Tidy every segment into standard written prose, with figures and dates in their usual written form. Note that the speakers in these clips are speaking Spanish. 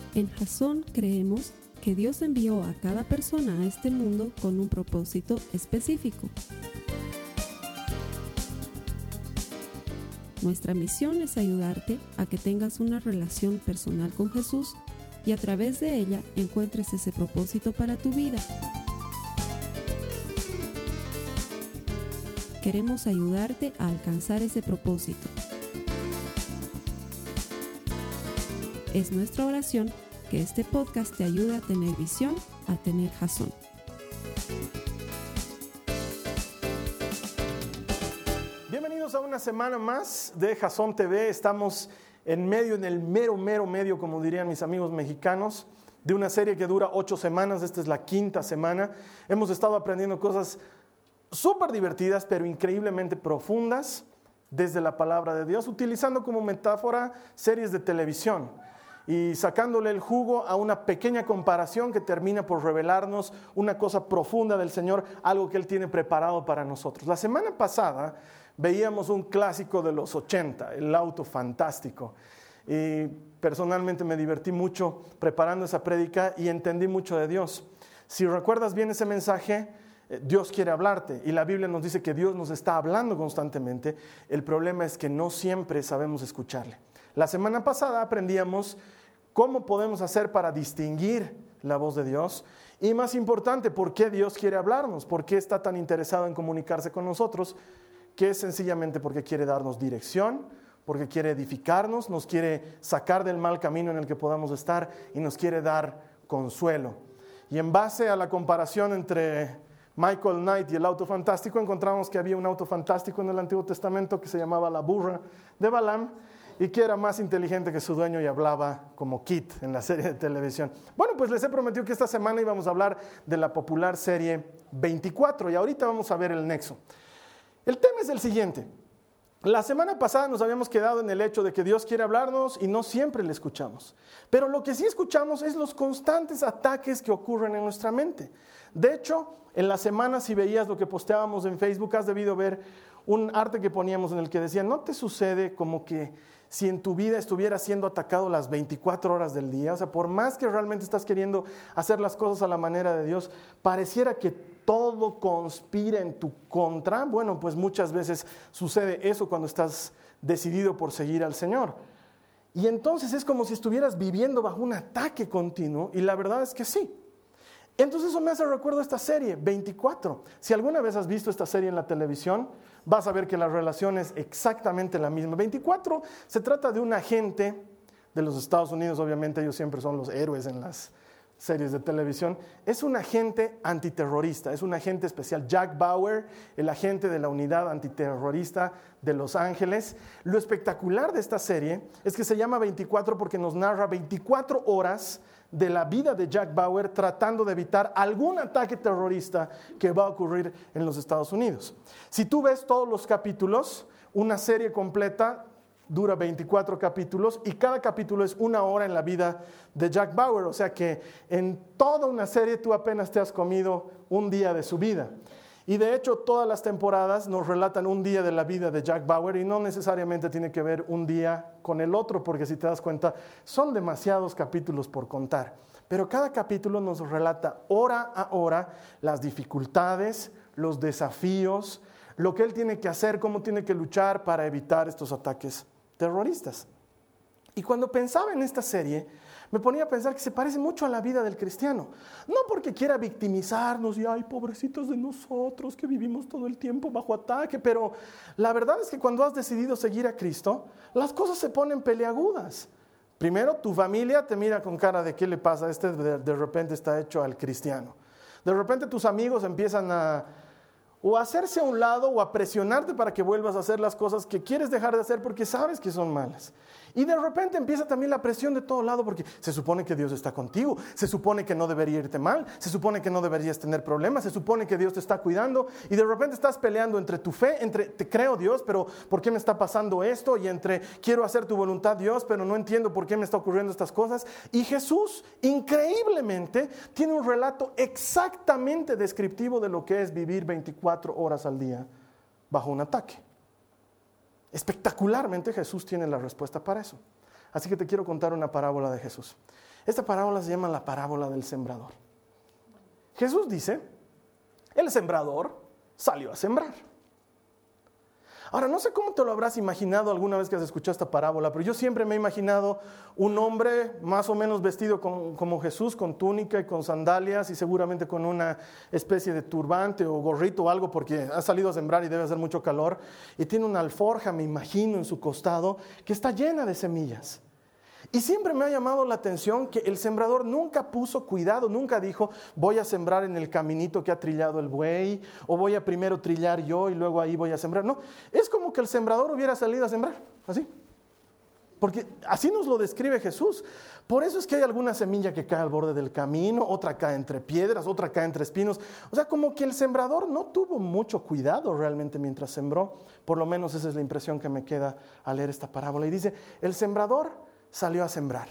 En Jasón creemos que Dios envió a cada persona a este mundo con un propósito específico. Nuestra misión es ayudarte a que tengas una relación personal con Jesús y a través de ella encuentres ese propósito para tu vida. Queremos ayudarte a alcanzar ese propósito. Es nuestra oración que este podcast te ayude a tener visión, a tener Jasón. Bienvenidos a una semana más de Jasón TV. Estamos en el mero medio, como dirían mis amigos mexicanos, de una serie que dura 8 semanas. Esta es la 5ª semana. Hemos estado aprendiendo cosas súper divertidas, pero increíblemente profundas desde la palabra de Dios, utilizando como metáfora series de televisión y sacándole el jugo a una pequeña comparación que termina por revelarnos una cosa profunda del Señor, algo que Él tiene preparado para nosotros. La semana pasada veíamos un clásico de los 80, El auto fantástico. Y personalmente me divertí mucho preparando esa prédica y entendí mucho de Dios. Si recuerdas bien ese mensaje, Dios quiere hablarte y la Biblia nos dice que Dios nos está hablando constantemente. El problema es que no siempre sabemos escucharle. La semana pasada aprendíamos cómo podemos hacer para distinguir la voz de Dios y, más importante, por qué Dios quiere hablarnos, por qué está tan interesado en comunicarse con nosotros, que es sencillamente porque quiere darnos dirección, porque quiere edificarnos, nos quiere sacar del mal camino en el que podamos estar y nos quiere dar consuelo. Y en base a la comparación entre Michael Knight y el auto fantástico, encontramos que había un auto fantástico en el Antiguo Testamento que se llamaba la burra de Balaam y que era más inteligente que su dueño y hablaba como Kit en la serie de televisión. Bueno, pues les he prometido que esta semana íbamos a hablar de la popular serie 24 y ahorita vamos a ver el nexo. El tema es el siguiente. La semana pasada nos habíamos quedado en el hecho de que Dios quiere hablarnos y no siempre le escuchamos. Pero lo que sí escuchamos es los constantes ataques que ocurren en nuestra mente. De hecho, en la semana, si veías lo que posteábamos en Facebook, has debido ver un arte que poníamos en el que decía, ¿no te sucede como que si en tu vida estuviera siendo atacado las 24 horas del día? O sea, por más que realmente estás queriendo hacer las cosas a la manera de Dios, pareciera que todo conspira en tu contra. Bueno, pues muchas veces sucede eso cuando estás decidido por seguir al Señor. Y entonces es como si estuvieras viviendo bajo un ataque continuo, y la verdad es que sí. Entonces eso me hace recuerdo a esta serie, 24. Si alguna vez has visto esta serie en la televisión, vas a ver que la relación es exactamente la misma. 24 se trata de un agente de los Estados Unidos, obviamente ellos siempre son los héroes en las series de televisión. Es un agente antiterrorista, es un agente especial, Jack Bauer, el agente de la unidad antiterrorista de Los Ángeles. Lo espectacular de esta serie es que se llama 24 porque nos narra 24 horas de la vida de Jack Bauer tratando de evitar algún ataque terrorista que va a ocurrir en los Estados Unidos. Si tú ves todos los capítulos, una serie completa dura 24 capítulos y cada capítulo es 1 hora en la vida de Jack Bauer, o sea que en toda una serie tú apenas te has comido un día de su vida. Y de hecho todas las temporadas nos relatan un día de la vida de Jack Bauer y no necesariamente tiene que ver un día con el otro, porque si te das cuenta son demasiados capítulos por contar. Pero cada capítulo nos relata hora a hora las dificultades, los desafíos, lo que él tiene que hacer, cómo tiene que luchar para evitar estos ataques terroristas. Y cuando pensaba en esta serie, me ponía a pensar que se parece mucho a la vida del cristiano. No porque quiera victimizarnos y ay, pobrecitos de nosotros que vivimos todo el tiempo bajo ataque, pero la verdad es que cuando has decidido seguir a Cristo, las cosas se ponen peleagudas. Primero, tu familia te mira con cara de ¿qué le pasa? De repente está hecho al cristiano. De repente tus amigos empiezan a hacerse a un lado o a presionarte para que vuelvas a hacer las cosas que quieres dejar de hacer porque sabes que son malas. Y de repente empieza también la presión de todo lado porque se supone que Dios está contigo, se supone que no debería irte mal, se supone que no deberías tener problemas, se supone que Dios te está cuidando y de repente estás peleando entre tu fe, entre te creo Dios, pero ¿por qué me está pasando esto? Y entre quiero hacer tu voluntad Dios, pero no entiendo por qué me está ocurriendo estas cosas. Y Jesús, increíblemente, tiene un relato exactamente descriptivo de lo que es vivir 24 horas al día bajo un ataque. Espectacularmente Jesús tiene la respuesta para eso. Así que te quiero contar una parábola de Jesús. Esta parábola se llama la parábola del sembrador. Jesús dice, el sembrador salió a sembrar. Ahora, no sé cómo te lo habrás imaginado alguna vez que has escuchado esta parábola, pero yo siempre me he imaginado un hombre más o menos vestido como Jesús, con túnica y con sandalias y seguramente con una especie de turbante o gorrito o algo, porque ha salido a sembrar y debe hacer mucho calor, y tiene una alforja, me imagino, en su costado, que está llena de semillas. Y siempre me ha llamado la atención que el sembrador nunca puso cuidado, nunca dijo, voy a sembrar en el caminito que ha trillado el buey, o voy a primero trillar yo y luego ahí voy a sembrar. No, es como que el sembrador hubiera salido a sembrar, así. Porque así nos lo describe Jesús. Por eso es que hay alguna semilla que cae al borde del camino, otra cae entre piedras, otra cae entre espinos. O sea, como que el sembrador no tuvo mucho cuidado realmente mientras sembró. Por lo menos esa es la impresión que me queda al leer esta parábola. Y dice, el sembrador salió a sembrar.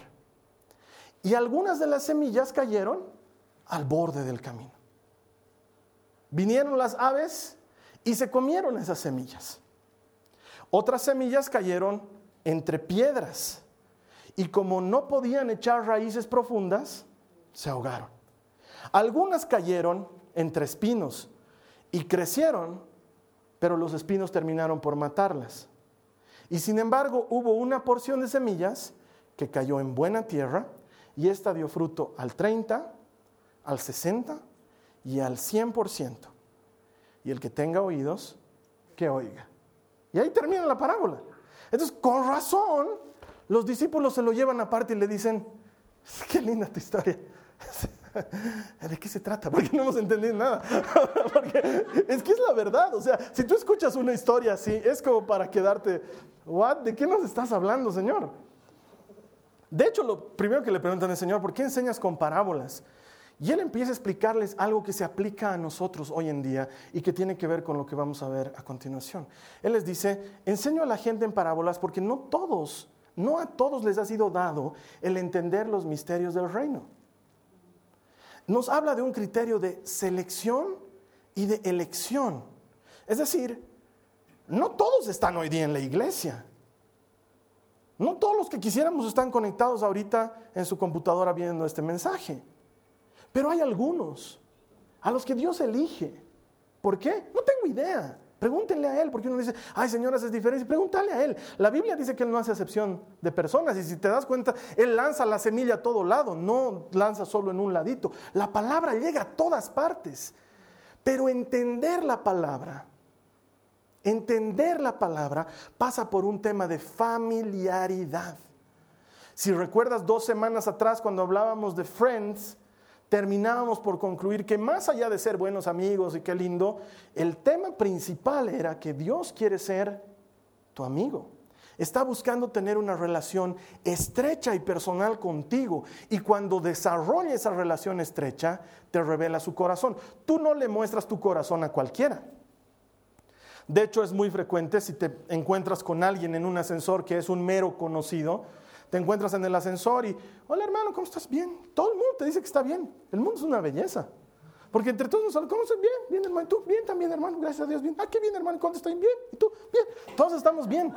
Y algunas de las semillas cayeron al borde del camino. Vinieron las aves y se comieron esas semillas. Otras semillas cayeron entre piedras. Y como no podían echar raíces profundas, se ahogaron. Algunas cayeron entre espinos y crecieron, pero los espinos terminaron por matarlas. Y sin embargo, hubo una porción de semillas que cayó en buena tierra, y esta dio fruto al 30, al 60 y al 100%. Y el que tenga oídos, que oiga. Y ahí termina la parábola. Entonces, con razón, los discípulos se lo llevan aparte y le dicen, qué linda tu historia. ¿De qué se trata? Porque no hemos entendido nada. Porque es que es la verdad. O sea, si tú escuchas una historia así, es como para quedarte, ¿what? ¿De qué nos estás hablando, Señor? De hecho, lo primero que le preguntan es, Señor, ¿por qué enseñas con parábolas? Y Él empieza a explicarles algo que se aplica a nosotros hoy en día y que tiene que ver con lo que vamos a ver a continuación. Él les dice, enseño a la gente en parábolas porque no a todos les ha sido dado el entender los misterios del reino. Nos habla de un criterio de selección y de elección. Es decir, no todos están hoy día en la iglesia. No todos los que quisiéramos están conectados ahorita en su computadora viendo este mensaje. Pero hay algunos a los que Dios elige. ¿Por qué? No tengo idea. Pregúntenle a Él, porque uno dice, ay, Señor, haces diferencia. Pregúntale a Él. La Biblia dice que Él no hace excepción de personas. Y si te das cuenta, Él lanza la semilla a todo lado, no lanza solo en un ladito. La palabra llega a todas partes. Pero entender la palabra pasa por un tema de familiaridad. Si recuerdas 2 semanas atrás cuando hablábamos de Friends, terminábamos por concluir que más allá de ser buenos amigos y qué lindo, el tema principal era que Dios quiere ser tu amigo. Está buscando tener una relación estrecha y personal contigo. Y cuando desarrolla esa relación estrecha, te revela su corazón. Tú no le muestras tu corazón a cualquiera. De hecho, es muy frecuente si te encuentras con alguien en un ascensor que es un mero conocido, te encuentras en el ascensor y, hola hermano, ¿cómo estás? Bien. Todo el mundo te dice que está bien. El mundo es una belleza. Porque entre todos nosotros, ¿cómo estás? Bien, bien hermano. ¿Y tú? Bien también hermano, gracias a Dios, bien. Ah, qué bien hermano, ¿cómo estás? Bien. ¿Y tú? Bien. Todos estamos bien.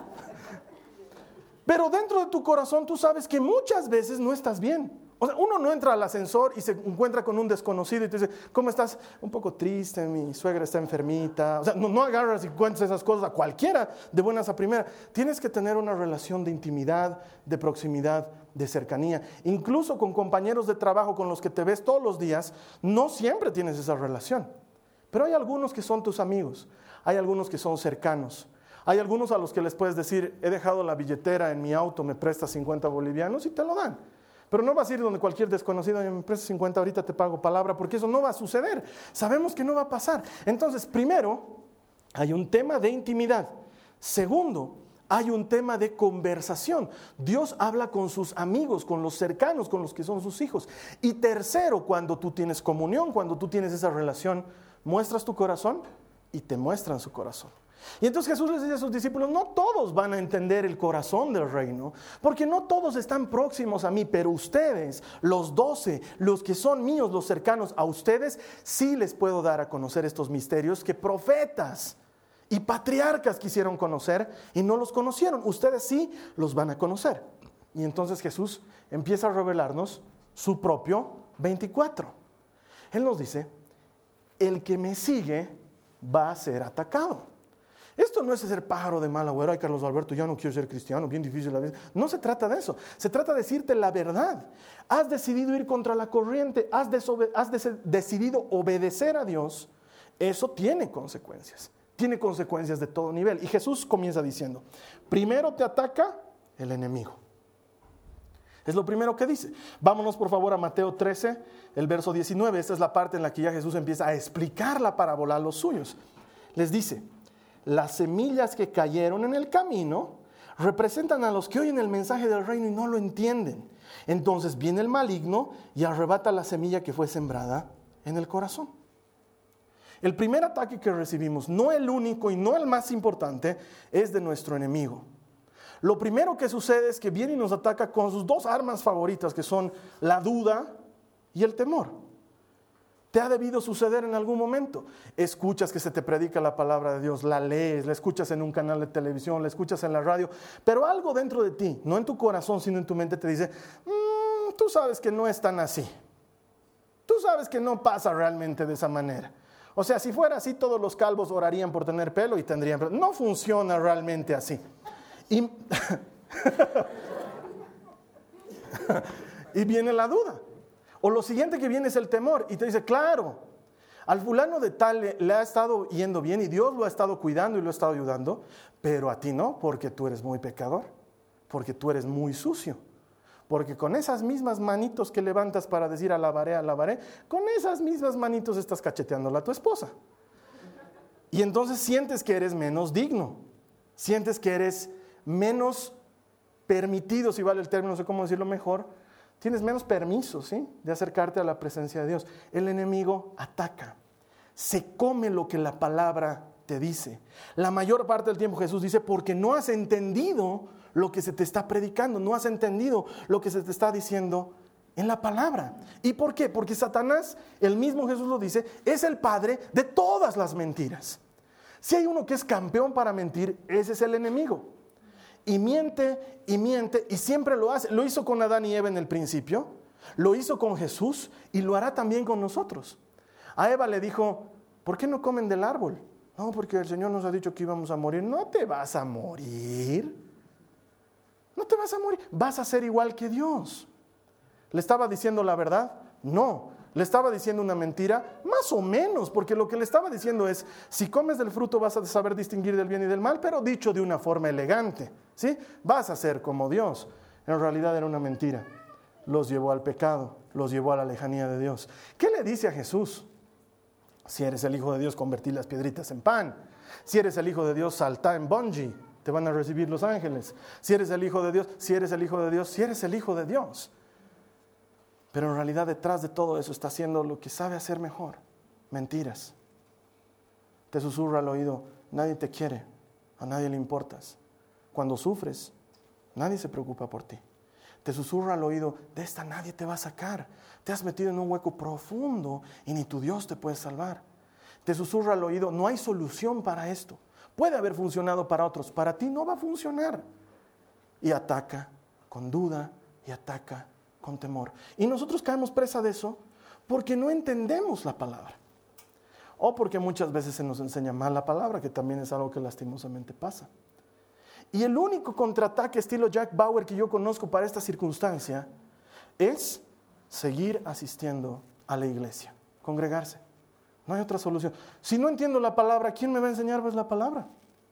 Pero dentro de tu corazón tú sabes que muchas veces no estás bien. O sea, uno no entra al ascensor y se encuentra con un desconocido y te dice, ¿cómo estás? Un poco triste, mi suegra está enfermita. O sea, no agarras y cuentas esas cosas a cualquiera de buenas a primera. Tienes que tener una relación de intimidad, de proximidad, de cercanía. Incluso con compañeros de trabajo con los que te ves todos los días, no siempre tienes esa relación. Pero hay algunos que son tus amigos, hay algunos que son cercanos. Hay algunos a los que les puedes decir, he dejado la billetera en mi auto, me prestas 50 bolivianos y te lo dan. Pero no vas a ir donde cualquier desconocido, me prestas 50, ahorita te pago palabra, porque eso no va a suceder. Sabemos que no va a pasar. Entonces, primero, hay un tema de intimidad. Segundo, hay un tema de conversación. Dios habla con sus amigos, con los cercanos, con los que son sus hijos. Y tercero, cuando tú tienes comunión, cuando tú tienes esa relación, muestras tu corazón y te muestran su corazón. Y entonces Jesús les dice a sus discípulos, no todos van a entender el corazón del reino, porque no todos están próximos a mí, pero ustedes, los 12, los que son míos, los cercanos a ustedes, sí les puedo dar a conocer estos misterios que profetas y patriarcas quisieron conocer y no los conocieron. Ustedes sí los van a conocer. Y entonces Jesús empieza a revelarnos su propio 24. Él nos dice, el que me sigue va a ser atacado. Esto no es ser pájaro de mal agüero. Ay, Carlos Alberto, ya no quiero ser cristiano, bien difícil la vida. No se trata de eso. Se trata de decirte la verdad. Has decidido ir contra la corriente, has decidido obedecer a Dios. Eso tiene consecuencias. Tiene consecuencias de todo nivel. Y Jesús comienza diciendo, primero te ataca el enemigo. Es lo primero que dice. Vámonos por favor a Mateo 13, el verso 19. Esta es la parte en la que ya Jesús empieza a explicar la parábola a los suyos. Les dice, las semillas que cayeron en el camino representan a los que oyen el mensaje del reino y no lo entienden. Entonces viene el maligno y arrebata la semilla que fue sembrada en el corazón. El primer ataque que recibimos, no el único y no el más importante, es de nuestro enemigo. Lo primero que sucede es que viene y nos ataca con sus dos armas favoritas, que son la duda y el temor. ¿Te ha debido suceder en algún momento? Escuchas que se te predica la palabra de Dios, la lees, la escuchas en un canal de televisión, la escuchas en la radio, pero algo dentro de ti, no en tu corazón, sino en tu mente, te dice, tú sabes que no es tan así. Tú sabes que no pasa realmente de esa manera. O sea, si fuera así, todos los calvos orarían por tener pelo y tendrían pelo. No funciona realmente así. Y viene la duda. O lo siguiente que viene es el temor. Y te dice, claro, al fulano de tal le ha estado yendo bien y Dios lo ha estado cuidando y lo ha estado ayudando, pero a ti no, porque tú eres muy pecador, porque tú eres muy sucio. Porque con esas mismas manitos que levantas para decir alabaré, con esas mismas manitos estás cacheteándola a tu esposa. Y entonces sientes que eres menos digno, sientes que eres menos permitido, si vale el término, no sé cómo decirlo mejor, tienes menos permiso, ¿sí?, de acercarte a la presencia de Dios. El enemigo ataca, se come lo que la palabra te dice. La mayor parte del tiempo Jesús dice, porque no has entendido lo que se te está predicando, no has entendido lo que se te está diciendo en la palabra. ¿Y por qué? Porque Satanás, el mismo Jesús lo dice, es el padre de todas las mentiras. Si hay uno que es campeón para mentir, ese es el enemigo. Y miente, y siempre lo hace. Lo hizo con Adán y Eva en el principio, lo hizo con Jesús y lo hará también con nosotros. A Eva le dijo, ¿por qué no comen del árbol? No, porque el Señor nos ha dicho que íbamos a morir. No te vas a morir. No te vas a morir. Vas a ser igual que Dios. ¿Le estaba diciendo la verdad? No. ¿Le estaba diciendo una mentira? Más o menos, porque lo que le estaba diciendo es, si comes del fruto vas a saber distinguir del bien y del mal, pero dicho de una forma elegante, ¿sí? Vas a ser como Dios. En realidad era una mentira. Los llevó al pecado, los llevó a la lejanía de Dios. ¿Qué le dice a Jesús? Si eres el Hijo de Dios, convertí las piedritas en pan. Si eres el Hijo de Dios, salta en bungee, te van a recibir los ángeles. Si eres el Hijo de Dios, si eres el Hijo de Dios, si eres el Hijo de Dios. Pero en realidad detrás de todo eso está haciendo lo que sabe hacer mejor, mentiras. Te susurra al oído, nadie te quiere, a nadie le importas. Cuando sufres, nadie se preocupa por ti. Te susurra al oído, de esta nadie te va a sacar. Te has metido en un hueco profundo y ni tu Dios te puede salvar. Te susurra al oído, no hay solución para esto. Puede haber funcionado para otros, para ti no va a funcionar. Y ataca con duda y ataca con temor. Y nosotros caemos presa de eso porque no entendemos la palabra. O porque muchas veces se nos enseña mal la palabra, que también es algo que lastimosamente pasa. Y el único contraataque estilo Jack Bauer que yo conozco para esta circunstancia es seguir asistiendo a la iglesia, congregarse. No hay otra solución. Si no entiendo la palabra, ¿quién me va a enseñar pues la palabra?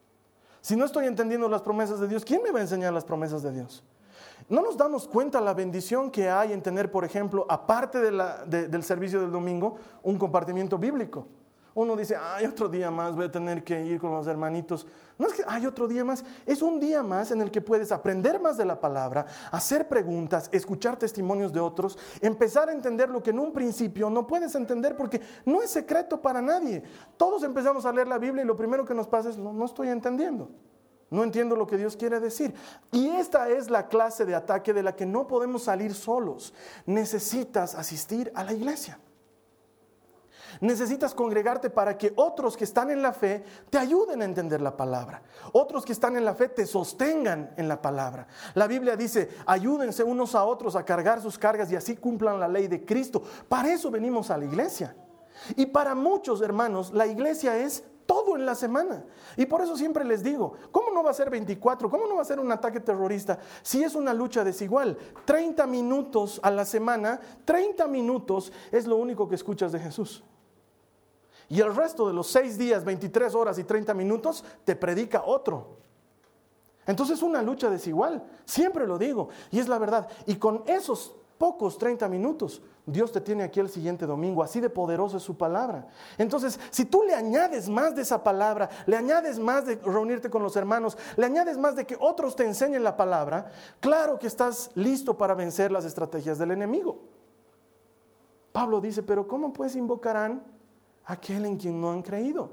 Si no estoy entendiendo las promesas de Dios, ¿quién me va a enseñar las promesas de Dios? No nos damos cuenta la bendición que hay en tener, por ejemplo, aparte del servicio del domingo, un compartimiento bíblico. Uno dice, hay otro día más, voy a tener que ir con los hermanitos. No es que hay otro día más, es un día más en el que puedes aprender más de la palabra, hacer preguntas, escuchar testimonios de otros, empezar a entender lo que en un principio no puedes entender porque no es secreto para nadie. Todos empezamos a leer la Biblia y lo primero que nos pasa es, no estoy entendiendo. No entiendo lo que Dios quiere decir. Y esta es la clase de ataque de la que no podemos salir solos. Necesitas asistir a la iglesia. Necesitas congregarte para que otros que están en la fe te ayuden a entender la palabra. Otros que están en la fe te sostengan en la palabra. La Biblia dice, ayúdense unos a otros a cargar sus cargas y así cumplan la ley de Cristo. Para eso venimos a la iglesia. Y para muchos hermanos, la iglesia es todo en la semana. Y por eso siempre les digo, ¿cómo no va a ser 24? ¿Cómo no va a ser un ataque terrorista si es una lucha desigual? 30 minutos a la semana, 30 minutos es lo único que escuchas de Jesús. Y el resto de los 6 días, 23 horas y 30 minutos, te predica otro. Entonces es una lucha desigual, siempre lo digo, y es la verdad. Y con esos pocos 30 minutos, Dios te tiene aquí el siguiente domingo, así de poderosa es su palabra. Entonces, si tú le añades más de esa palabra, le añades más de reunirte con los hermanos, le añades más de que otros te enseñen la palabra, claro que estás listo para vencer las estrategias del enemigo. Pablo dice, pero ¿cómo pues invocarán a aquel en quien no han creído?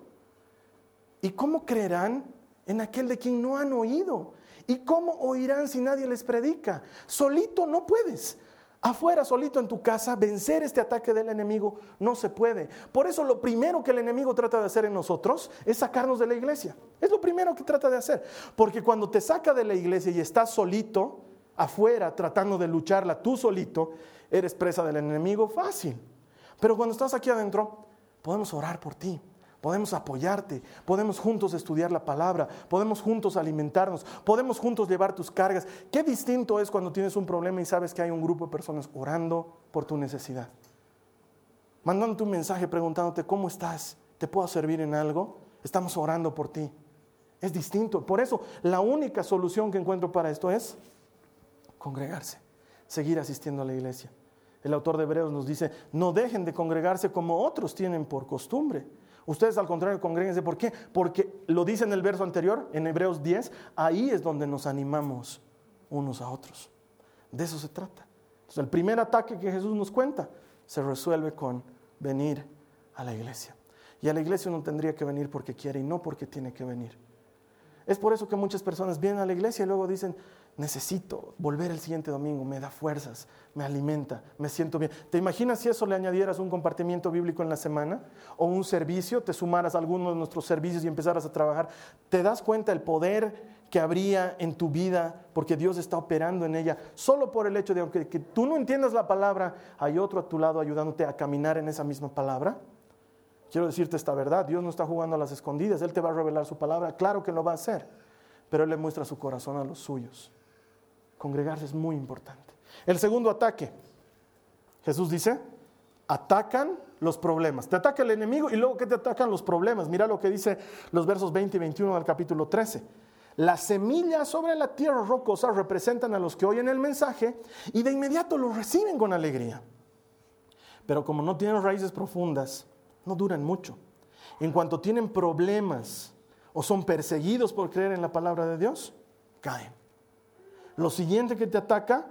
¿Y cómo creerán en aquel de quien no han oído? ¿Y cómo oirán si nadie les predica? Solito no puedes. Afuera, solito en tu casa, vencer este ataque del enemigo no se puede. Por eso lo primero que el enemigo trata de hacer en nosotros es sacarnos de la iglesia. Es lo primero que trata de hacer. Porque cuando te saca de la iglesia y estás solito, afuera, tratando de lucharla tú solito, eres presa del enemigo fácil. Pero cuando estás aquí adentro, podemos orar por ti. Podemos apoyarte, podemos juntos estudiar la palabra, podemos juntos alimentarnos, podemos juntos llevar tus cargas. Qué distinto es cuando tienes un problema y sabes que hay un grupo de personas orando por tu necesidad. Mandándote un mensaje preguntándote, ¿cómo estás? ¿Te puedo servir en algo? Estamos orando por ti. Es distinto. Por eso, la única solución que encuentro para esto es congregarse, seguir asistiendo a la iglesia. El autor de Hebreos nos dice, no dejen de congregarse como otros tienen por costumbre. Ustedes al contrario congréguense. ¿Por qué? Porque lo dice en el verso anterior, en Hebreos 10, ahí es donde nos animamos unos a otros. De eso se trata. Entonces, el primer ataque que Jesús nos cuenta se resuelve con venir a la iglesia. Y a la iglesia uno tendría que venir porque quiere y no porque tiene que venir. Es por eso que muchas personas vienen a la iglesia y luego dicen, necesito volver el siguiente domingo, me da fuerzas, me alimenta, me siento bien. ¿Te imaginas si eso le añadieras un compartimiento bíblico en la semana? O un servicio, te sumaras a alguno de nuestros servicios y empezaras a trabajar. ¿Te das cuenta el poder que habría en tu vida porque Dios está operando en ella? Solo por el hecho de que tú no entiendas la palabra, hay otro a tu lado ayudándote a caminar en esa misma palabra. Quiero decirte esta verdad, Dios no está jugando a las escondidas, Él te va a revelar su palabra, claro que lo va a hacer, pero Él le muestra su corazón a los suyos. Congregarse es muy importante. El segundo ataque, Jesús dice, atacan los problemas. Te ataca el enemigo y luego que te atacan los problemas. Mira lo que dice los versos 20 y 21 del capítulo 13. Las semillas sobre la tierra rocosa representan a los que oyen el mensaje y de inmediato lo reciben con alegría. Pero como no tienen raíces profundas, no duran mucho. En cuanto tienen problemas o son perseguidos por creer en la palabra de Dios, caen. Lo siguiente que te ataca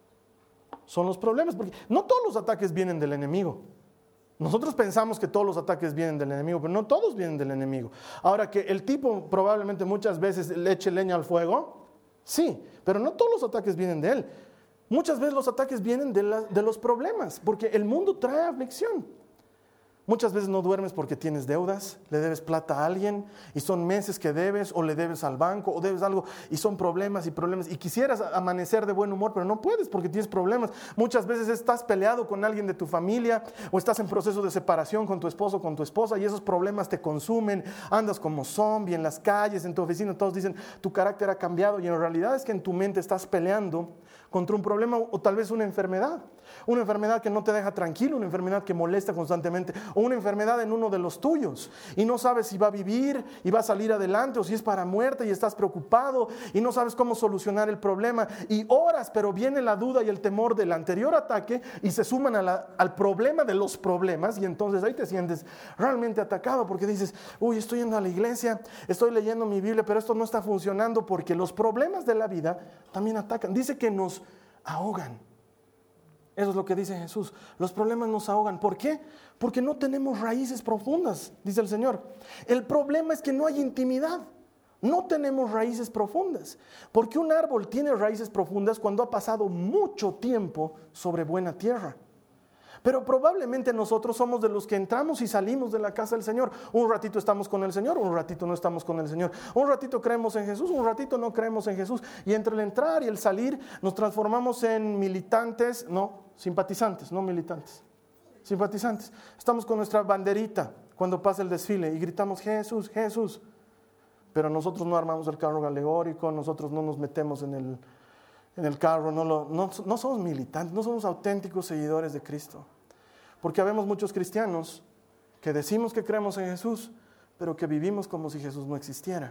son los problemas, porque no todos los ataques vienen del enemigo. Nosotros pensamos que todos los ataques vienen del enemigo, pero no todos vienen del enemigo. Ahora, que el tipo probablemente muchas veces le eche leña al fuego, sí, pero no todos los ataques vienen de él. Muchas veces los ataques vienen de los problemas, porque el mundo trae aflicción. Muchas veces no duermes porque tienes deudas, le debes plata a alguien y son meses que debes, o le debes al banco o debes algo y son problemas y problemas y quisieras amanecer de buen humor, pero no puedes porque tienes problemas. Muchas veces estás peleado con alguien de tu familia o estás en proceso de separación con tu esposo o con tu esposa y esos problemas te consumen, andas como zombie en las calles, en tu oficina, todos dicen tu carácter ha cambiado y en realidad es que en tu mente estás peleando contra un problema o tal vez una enfermedad que no te deja tranquilo, una enfermedad que molesta constantemente, o una enfermedad en uno de los tuyos y no sabes si va a vivir y va a salir adelante o si es para muerte y estás preocupado y no sabes cómo solucionar el problema y oras, pero viene la duda y el temor del anterior ataque y se suman al problema de los problemas y entonces ahí te sientes realmente atacado porque dices, uy, estoy yendo a la iglesia, estoy leyendo mi Biblia, pero esto no está funcionando porque los problemas de la vida también atacan. Dice que nos ahogan. Eso es lo que dice Jesús. Los problemas nos ahogan. ¿Por qué? Porque no tenemos raíces profundas, dice el Señor. El problema es que no hay intimidad. No tenemos raíces profundas. Porque un árbol tiene raíces profundas cuando ha pasado mucho tiempo sobre buena tierra. Pero probablemente nosotros somos de los que entramos y salimos de la casa del Señor. Un ratito estamos con el Señor, un ratito no estamos con el Señor. Un ratito creemos en Jesús, un ratito no creemos en Jesús. Y entre el entrar y el salir nos transformamos en militantes, no, simpatizantes, no militantes. Simpatizantes. Estamos con nuestra banderita cuando pasa el desfile y gritamos Jesús, Jesús. Pero nosotros no armamos el carro alegórico, nosotros no nos metemos en el carro, no somos militantes, no somos auténticos seguidores de Cristo. Porque habemos muchos cristianos que decimos que creemos en Jesús, pero que vivimos como si Jesús no existiera.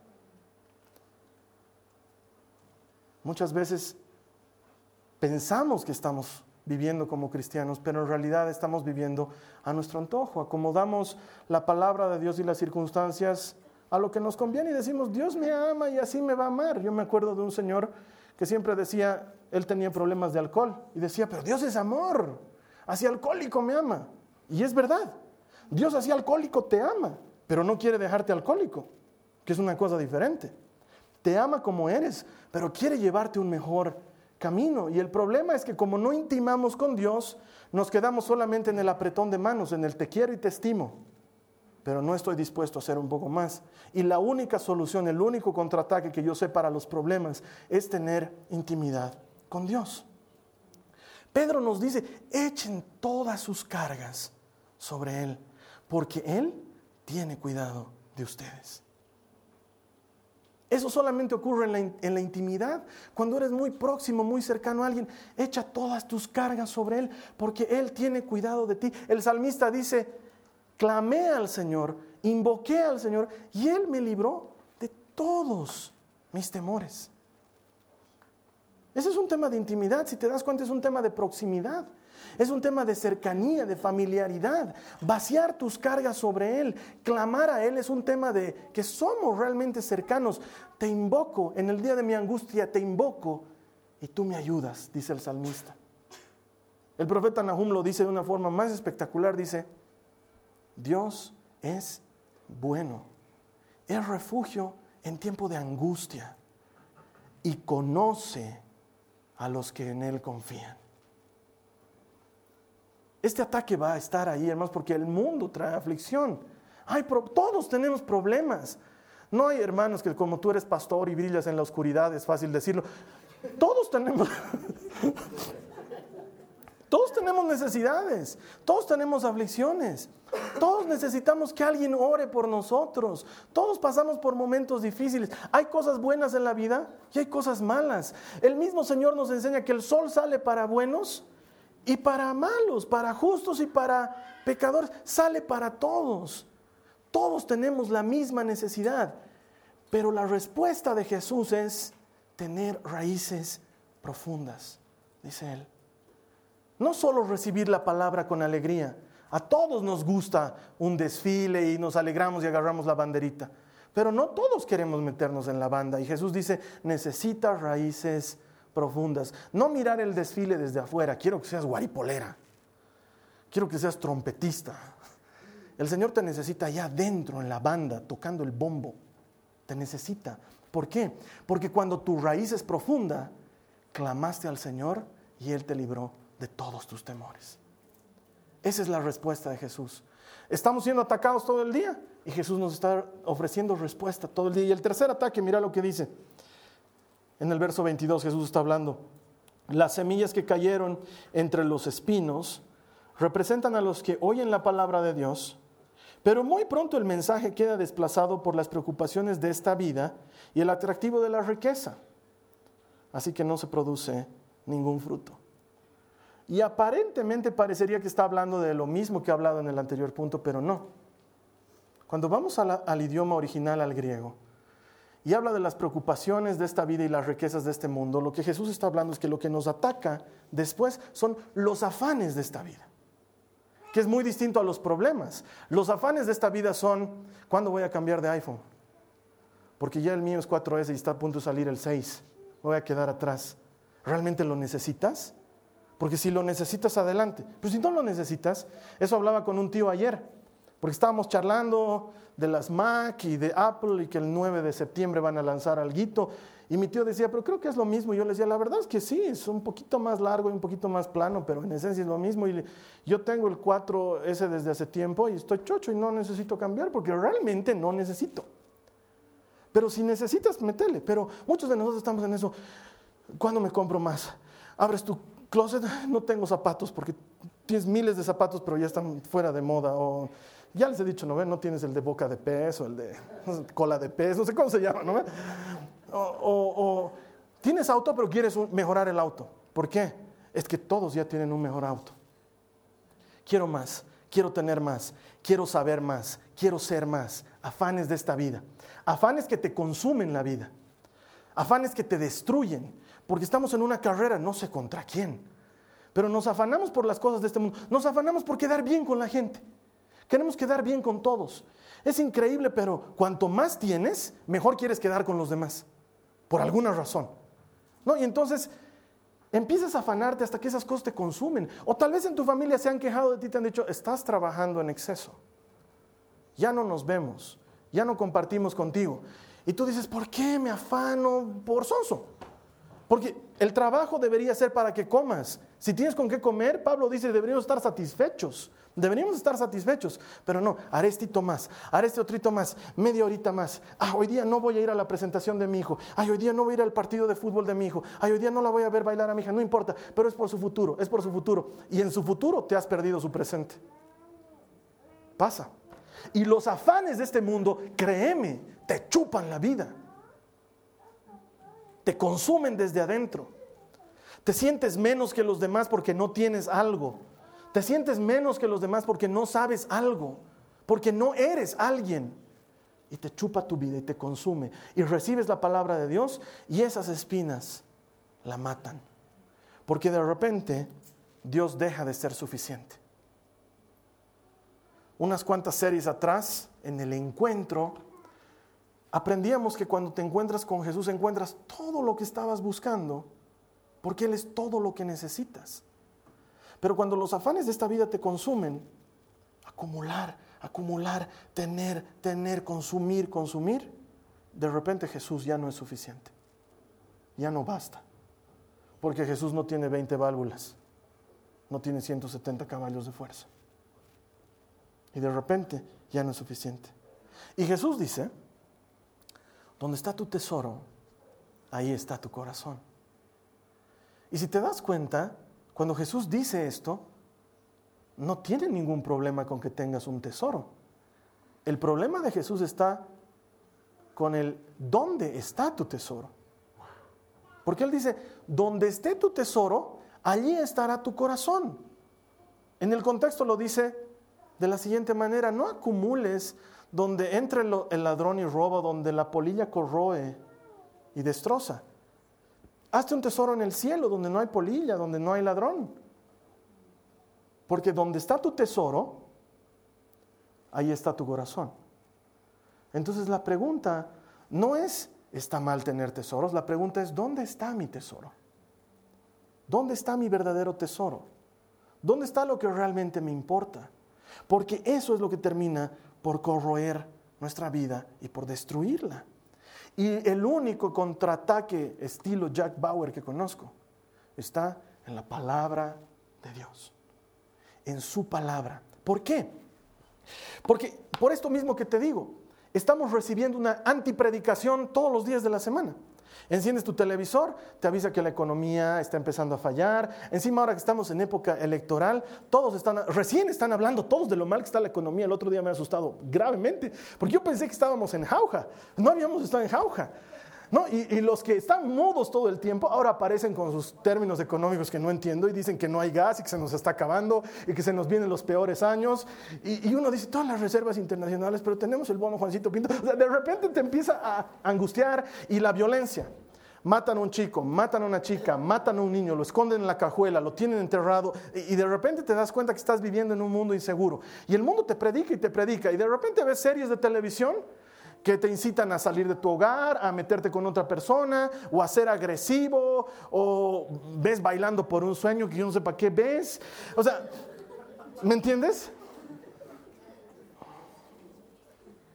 Muchas veces pensamos que estamos viviendo como cristianos, pero en realidad estamos viviendo a nuestro antojo. Acomodamos la palabra de Dios y las circunstancias a lo que nos conviene y decimos, Dios me ama y así me va a amar. Yo me acuerdo de un señor que siempre decía, él tenía problemas de alcohol y decía, pero Dios es amor, así alcohólico me ama. Y es verdad, Dios así alcohólico te ama, pero no quiere dejarte alcohólico, que es una cosa diferente. Te ama como eres, pero quiere llevarte un mejor camino. Y el problema es que como no intimamos con Dios, nos quedamos solamente en el apretón de manos, en el te quiero y te estimo, pero no estoy dispuesto a hacer un poco más. Y la única solución, el único contraataque que yo sé para los problemas es tener intimidad con Dios. Pedro nos dice, echen todas sus cargas sobre Él, porque Él tiene cuidado de ustedes. Eso solamente ocurre en la intimidad. Cuando eres muy próximo, muy cercano a alguien, echa todas tus cargas sobre Él, porque Él tiene cuidado de ti. El salmista dice, clamé al Señor, invoqué al Señor, y Él me libró de todos mis temores. Ese es un tema de intimidad, si te das cuenta, es un tema de proximidad. Es un tema de cercanía, de familiaridad. Vaciar tus cargas sobre Él, clamar a Él es un tema de que somos realmente cercanos. Te invoco, en el día de mi angustia te invoco y tú me ayudas, dice el salmista. El profeta Nahum lo dice de una forma más espectacular, dice, Dios es bueno, es refugio en tiempo de angustia y conoce a los que en Él confían. Este ataque va a estar ahí, hermanos, porque el mundo trae aflicción. Todos tenemos problemas. No hay hermanos que como tú eres pastor y brillas en la oscuridad, es fácil decirlo. Todos tenemos necesidades, todos tenemos aflicciones, todos necesitamos que alguien ore por nosotros, todos pasamos por momentos difíciles. Hay cosas buenas en la vida y hay cosas malas. El mismo Señor nos enseña que el sol sale para buenos y para malos, para justos y para pecadores, sale para todos. Todos tenemos la misma necesidad, pero la respuesta de Jesús es tener raíces profundas, dice Él. No solo recibir la palabra con alegría. A todos nos gusta un desfile y nos alegramos y agarramos la banderita, pero no todos queremos meternos en la banda. Y Jesús dice, necesitas raíces profundas. No mirar el desfile desde afuera. Quiero que seas guaripolera. Quiero que seas trompetista. El Señor te necesita allá adentro en la banda, tocando el bombo. Te necesita. ¿Por qué? Porque cuando tu raíz es profunda, clamaste al Señor y Él te libró de todos tus temores. Esa es la respuesta de Jesús. Estamos siendo atacados todo el día y Jesús nos está ofreciendo respuesta todo el día. Y el tercer ataque, mira lo que dice. En el verso 22 Jesús está hablando. Las semillas que cayeron entre los espinos representan a los que oyen la palabra de Dios, pero muy pronto el mensaje queda desplazado por las preocupaciones de esta vida y el atractivo de la riqueza. Así que no se produce ningún fruto. Y aparentemente parecería que está hablando de lo mismo que ha hablado en el anterior punto, pero no. Cuando vamos al idioma original, al griego, y habla de las preocupaciones de esta vida y las riquezas de este mundo, lo que Jesús está hablando es que lo que nos ataca después son los afanes de esta vida, que es muy distinto a los problemas. Los afanes de esta vida son, ¿cuándo voy a cambiar de iPhone? Porque ya el mío es 4S y está a punto de salir el 6. Voy a quedar atrás. ¿Realmente lo necesitas? Porque si lo necesitas, adelante. Pero si no lo necesitas, eso hablaba con un tío ayer. porque estábamos charlando de las Mac y de Apple y que el 9 de septiembre van a lanzar alguito. Y mi tío decía, pero creo que es lo mismo. Y yo le decía, la verdad es que sí, es un poquito más largo y un poquito más plano, pero en esencia es lo mismo. Y yo tengo el 4S desde hace tiempo y estoy chocho y no necesito cambiar porque realmente no necesito. Pero si necesitas, métele. Pero muchos de nosotros estamos en eso. ¿Cuándo me compro más? Abres tu closet, no tengo zapatos porque tienes miles de zapatos, pero ya están fuera de moda. O ya les he dicho, ¿no ven? No tienes el de boca de pez o el de cola de pez, no sé cómo se llama, ¿no ven? O tienes auto, pero quieres mejorar el auto. ¿Por qué? Es que todos ya tienen un mejor auto. Quiero más, quiero tener más, quiero saber más, quiero ser más. Afanes de esta vida. Afanes que te consumen la vida. Afanes que te destruyen. Porque estamos en una carrera, no sé contra quién. Pero nos afanamos por las cosas de este mundo. Nos afanamos por quedar bien con la gente. Queremos quedar bien con todos. Es increíble, pero cuanto más tienes, mejor quieres quedar con los demás. Por alguna razón. ¿No? Y entonces empiezas a afanarte hasta que esas cosas te consumen. O tal vez en tu familia se han quejado de ti, te han dicho, estás trabajando en exceso. Ya no nos vemos, ya no compartimos contigo. Y tú dices, ¿por qué me afano por sonso? Porque el trabajo debería ser para que comas. Si tienes con qué comer, Pablo dice, deberíamos estar satisfechos. Deberíamos estar satisfechos, pero no, haré estito más, haré este otrito más, media horita más. Hoy día no voy a ir a la presentación de mi hijo. Hoy día no voy a ir al partido de fútbol de mi hijo. Hoy día no la voy a ver bailar a mi hija. No importa, pero es por su futuro, es por su futuro. Y en su futuro te has perdido su presente. Pasa. Y los afanes de este mundo, créeme, te chupan la vida. Te consumen desde adentro. Te sientes menos que los demás porque no tienes algo. Te sientes menos que los demás porque no sabes algo, porque no eres alguien. Y te chupa tu vida y te consume. Y recibes la palabra de Dios y esas espinas la matan. Porque de repente Dios deja de ser suficiente. Unas cuantas series atrás, en el encuentro, aprendíamos que cuando te encuentras con Jesús encuentras todo lo que estabas buscando, porque Él es todo lo que necesitas. Pero cuando los afanes de esta vida te consumen, acumular, tener, consumir, de repente Jesús ya no es suficiente. Ya no basta. Porque Jesús no tiene 20 válvulas, no tiene 170 caballos de fuerza. Y de repente ya no es suficiente. Y Jesús dice, donde está tu tesoro, ahí está tu corazón. Y si te das cuenta, cuando Jesús dice esto, no tiene ningún problema con que tengas un tesoro. El problema de Jesús está con el ¿dónde está tu tesoro? Porque Él dice, donde esté tu tesoro, allí estará tu corazón. En el contexto lo dice de la siguiente manera, no acumules donde entra el ladrón y roba, donde la polilla corroe y destroza. Hazte un tesoro en el cielo, donde no hay polilla, donde no hay ladrón. Porque donde está tu tesoro, ahí está tu corazón. Entonces la pregunta no es, ¿está mal tener tesoros? La pregunta es, ¿dónde está mi tesoro? ¿Dónde está mi verdadero tesoro? ¿Dónde está lo que realmente me importa? Porque eso es lo que termina por corroer nuestra vida y por destruirla. Y el único contraataque estilo Jack Bauer que conozco está en la palabra de Dios, en su palabra. ¿Por qué? Porque por esto mismo que te digo, estamos recibiendo una antipredicación todos los días de la semana. Enciendes tu televisor, te avisa que la economía está empezando a fallar. Encima ahora que estamos en época electoral, recién están hablando todos de lo mal que está la economía. El otro día me ha asustado gravemente, porque yo pensé que estábamos en jauja. No habíamos estado en jauja. ¿No? Y los que están mudos todo el tiempo, ahora aparecen con sus términos económicos que no entiendo y dicen que no hay gas y que se nos está acabando y que se nos vienen los peores años. Y uno dice, todas las reservas internacionales, pero tenemos el bono Juancito Pinto. O sea, de repente te empieza a angustiar. Y la violencia. Matan a un chico, matan a una chica, matan a un niño, lo esconden en la cajuela, lo tienen enterrado y de repente te das cuenta que estás viviendo en un mundo inseguro. Y el mundo te predica y de repente ves series de televisión que te incitan a salir de tu hogar, a meterte con otra persona, o a ser agresivo, o ves bailando por un sueño que yo no sé para qué ves. O sea, ¿me entiendes?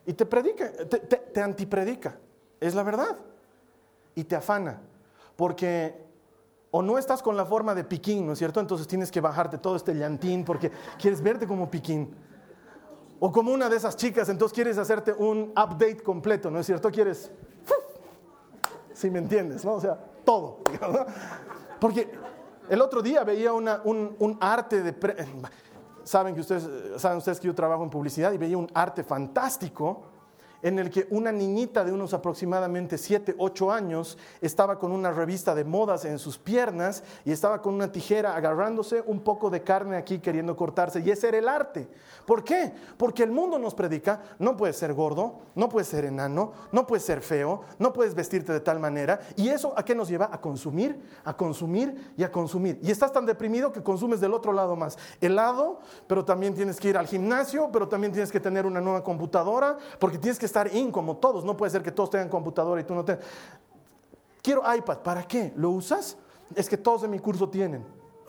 y te predica, te antipredica, es la verdad, y te afana, porque o no estás con la forma de piquín, ¿no es cierto? Entonces tienes que bajarte todo este llantín porque quieres verte como piquín, o como una de esas chicas, entonces quieres hacerte un update completo, ¿no es cierto? Quieres, si me entiendes, ¿no? O sea, todo, ¿no? Porque el otro día veía un arte de... Saben ustedes que yo trabajo en publicidad y veía un arte fantástico en el que una niñita de unos aproximadamente 7, 8 años estaba con una revista de modas en sus piernas y estaba con una tijera agarrándose un poco de carne aquí queriendo cortarse, y ese era el arte. ¿Por qué? Porque el mundo nos predica: no puedes ser gordo, no puedes ser enano, no puedes ser feo, no puedes vestirte de tal manera, y eso ¿a qué nos lleva? A consumir, a consumir y a consumir. Y estás tan deprimido que consumes del otro lado más helado, pero también tienes que ir al gimnasio, pero también tienes que tener una nueva computadora, porque tienes que estar como todos. No puede ser que todos tengan computadora y tú no tengas. Quiero iPad, ¿para qué? ¿Lo usas? Es que todos en mi curso tienen.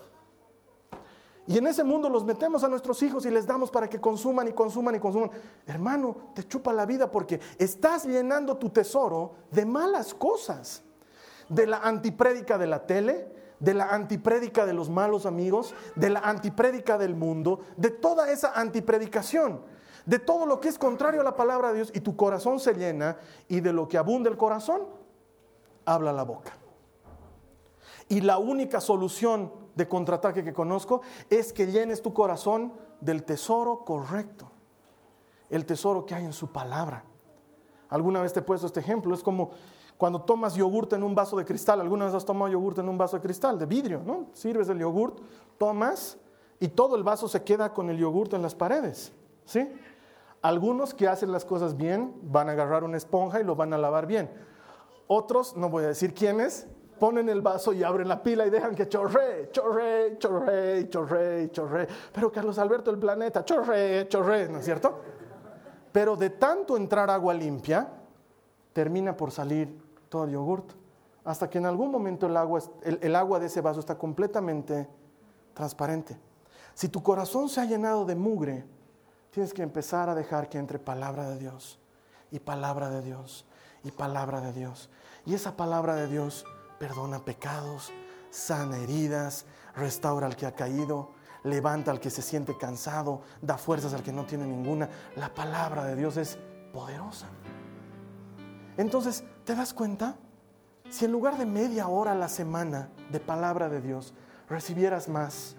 Y en ese mundo los metemos a nuestros hijos y les damos para que consuman y consuman y consuman. Hermano, te chupa la vida porque estás llenando tu tesoro de malas cosas. De la antiprédica de la tele, de la antiprédica de los malos amigos, de la antiprédica del mundo, de toda esa antipredicación, de todo lo que es contrario a la palabra de Dios, y tu corazón se llena, y de lo que abunda el corazón, habla la boca. Y la única solución de contraataque que conozco es que llenes tu corazón del tesoro correcto, el tesoro que hay en su palabra. Alguna vez te he puesto este ejemplo, es como cuando tomas yogurte en un vaso de cristal. ¿Alguna vez has tomado yogurte en un vaso de cristal, de vidrio, no? Sirves el yogurt, tomas, y todo el vaso se queda con el yogurte en las paredes, ¿sí? Algunos que hacen las cosas bien van a agarrar una esponja y lo van a lavar bien. Otros, no voy a decir quiénes, ponen el vaso y abren la pila y dejan que chorree, chorree, chorree, chorree, chorree. Pero Carlos Alberto, el planeta, chorree, chorree, ¿no es cierto? Pero de tanto entrar agua limpia, termina por salir todo el yogurt, hasta que en algún momento el agua de ese vaso está completamente transparente. Si tu corazón se ha llenado de mugre, tienes que empezar a dejar que entre palabra de Dios, y palabra de Dios, y palabra de Dios. Y esa palabra de Dios perdona pecados, sana heridas, restaura al que ha caído, levanta al que se siente cansado, da fuerzas al que no tiene ninguna. La palabra de Dios es poderosa. Entonces, ¿te das cuenta? Si en lugar de media hora a la semana de palabra de Dios recibieras más.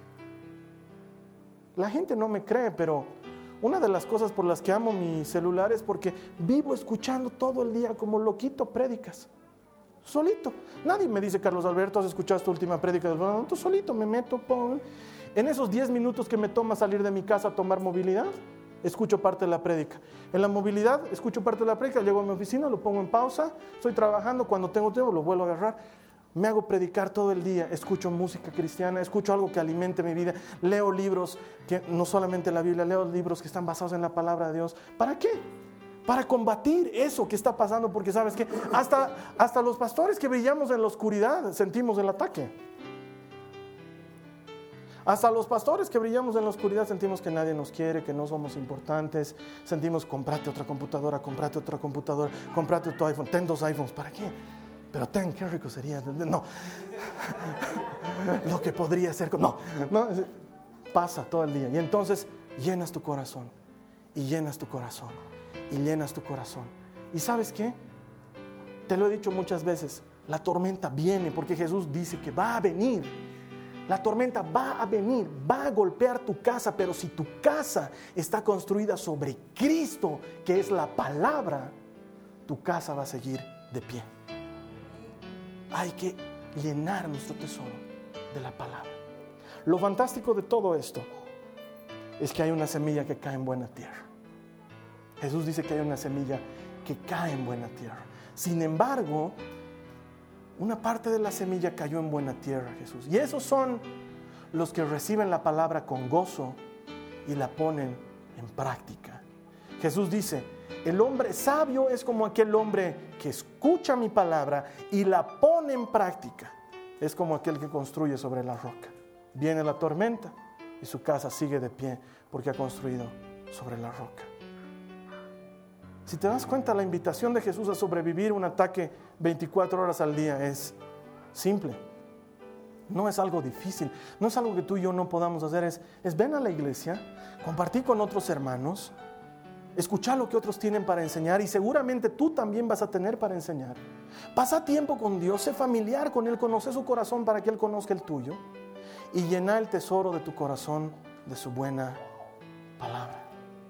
La gente no me cree, pero una de las cosas por las que amo mi celular es porque vivo escuchando todo el día como loquito prédicas. Solito. Nadie me dice: Carlos Alberto, ¿has escuchado esta última prédica? No, tú solito me meto. En esos 10 minutos que me toma salir de mi casa a tomar movilidad, escucho parte de la prédica. En la movilidad escucho parte de la prédica, llego a mi oficina, lo pongo en pausa, estoy trabajando, cuando tengo tiempo lo vuelvo a agarrar. Me hago predicar todo el día, escucho música cristiana, escucho algo que alimente mi vida, leo libros, que no solamente la Biblia, leo libros que están basados en la palabra de Dios. ¿Para qué? Para combatir eso que está pasando, porque sabes que hasta los pastores que brillamos en la oscuridad sentimos el ataque. Hasta los pastores que brillamos en la oscuridad sentimos que nadie nos quiere, que no somos importantes, sentimos: comprate otra computadora, comprate otro iPhone, ten 2 iPhones, ¿para qué? Pero qué rico sería. No. Lo que podría ser. No. Pasa todo el día. Y entonces llenas tu corazón. Y llenas tu corazón. Y llenas tu corazón. ¿Y sabes qué? Te lo he dicho muchas veces. La tormenta viene porque Jesús dice que va a venir. La tormenta va a venir. Va a golpear tu casa. Pero si tu casa está construida sobre Cristo, que es la palabra, tu casa va a seguir de pie. Hay que llenar nuestro tesoro de la palabra. Lo fantástico de todo esto es que hay una semilla que cae en buena tierra. Jesús dice que hay una semilla que cae en buena tierra. Sin embargo, una parte de la semilla cayó en buena tierra, Jesús. Y esos son los que reciben la palabra con gozo y la ponen en práctica. Jesús dice: el hombre sabio es como aquel hombre que escucha mi palabra y la pone en práctica. Es como aquel que construye sobre la roca. Viene la tormenta y su casa sigue de pie porque ha construido sobre la roca. Si te das cuenta, la invitación de Jesús a sobrevivir un ataque 24 horas al día es simple. No es algo difícil, no es algo que tú y yo no podamos hacer, es ven a la iglesia, compartir con otros hermanos, escuchar lo que otros tienen para enseñar y seguramente tú también vas a tener para enseñar. Pasa tiempo con Dios, sé familiar con Él, conoce su corazón para que Él conozca el tuyo y llena el tesoro de tu corazón de su buena palabra.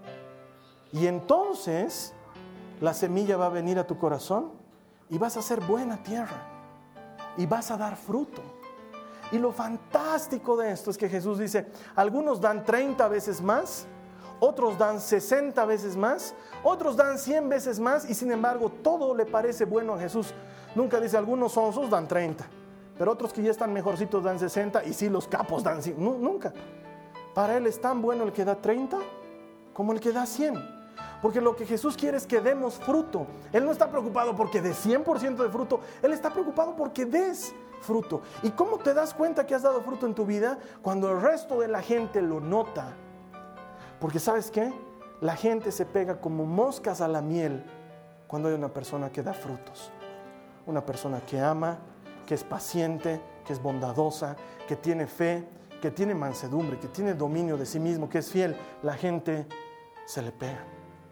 Y entonces la semilla va a venir a tu corazón y vas a ser buena tierra y vas a dar fruto. Y lo fantástico de esto es que Jesús dice, algunos dan 30 veces más, otros dan 60 veces más, otros dan 100 veces más y sin embargo todo le parece bueno a Jesús. Nunca dice, algunos sonsos dan 30, pero otros que ya están mejorcitos dan 60 y sí los capos dan 100. Nunca. Para Él es tan bueno el que da 30 como el que da 100. Porque lo que Jesús quiere es que demos fruto. Él no está preocupado porque des 100% de fruto. Él está preocupado porque des fruto. ¿Y cómo te das cuenta que has dado fruto en tu vida? Cuando el resto de la gente lo nota. Porque ¿sabes qué? La gente se pega como moscas a la miel cuando hay una persona que da frutos. Una persona que ama, que es paciente, que es bondadosa, que tiene fe, que tiene mansedumbre, que tiene dominio de sí mismo, que es fiel. La gente se le pega.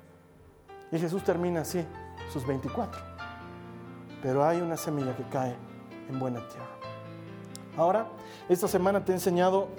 Y Jesús termina así sus 24. Pero hay una semilla que cae en buena tierra. Ahora, esta semana te he enseñado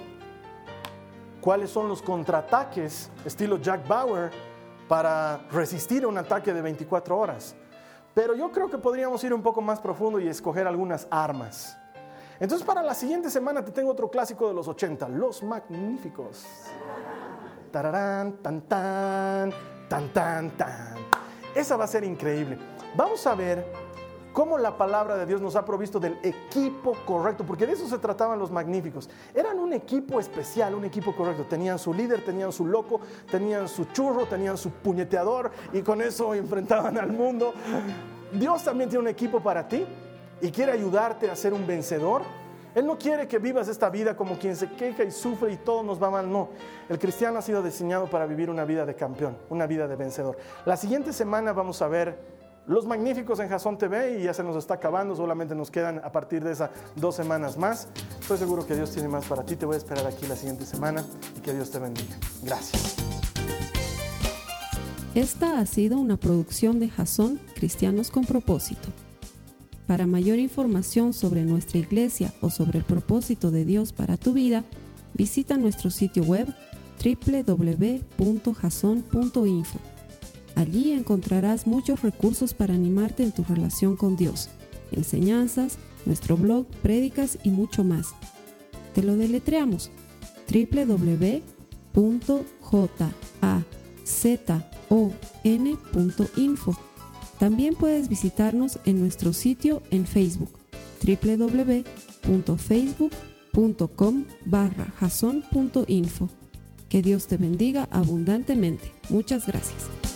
cuáles son los contraataques estilo Jack Bauer para resistir a un ataque de 24 horas. Pero yo creo que podríamos ir un poco más profundo y escoger algunas armas. Entonces para la siguiente semana te tengo otro clásico de los 80, Los Magníficos. Tararán, tan, tan, tan, tan, tan. Esa va a ser increíble. Vamos a ver cómo la palabra de Dios nos ha provisto del equipo correcto, porque de eso se trataban los magníficos. Eran un equipo especial, un equipo correcto. Tenían su líder, tenían su loco, tenían su churro, tenían su puñeteador y con eso enfrentaban al mundo. Dios también tiene un equipo para ti y quiere ayudarte a ser un vencedor. Él no quiere que vivas esta vida como quien se queja y sufre y todo nos va mal. No, el cristiano ha sido diseñado para vivir una vida de campeón, una vida de vencedor. La siguiente semana vamos a ver Los Magníficos en Jasón TV y ya se nos está acabando, solamente nos quedan a partir de esas 2 semanas más. Estoy seguro que Dios tiene más para ti, te voy a esperar aquí la siguiente semana y que Dios te bendiga. Gracias. Esta ha sido una producción de Jasón Cristianos con Propósito. Para mayor información sobre nuestra iglesia o sobre el propósito de Dios para tu vida, visita nuestro sitio web www.jason.info. Allí encontrarás muchos recursos para animarte en tu relación con Dios, enseñanzas, nuestro blog, prédicas y mucho más. Te lo deletreamos: www.jazon.info. También puedes visitarnos en nuestro sitio en Facebook, www.facebook.com/jason.info. Que Dios te bendiga abundantemente. Muchas gracias.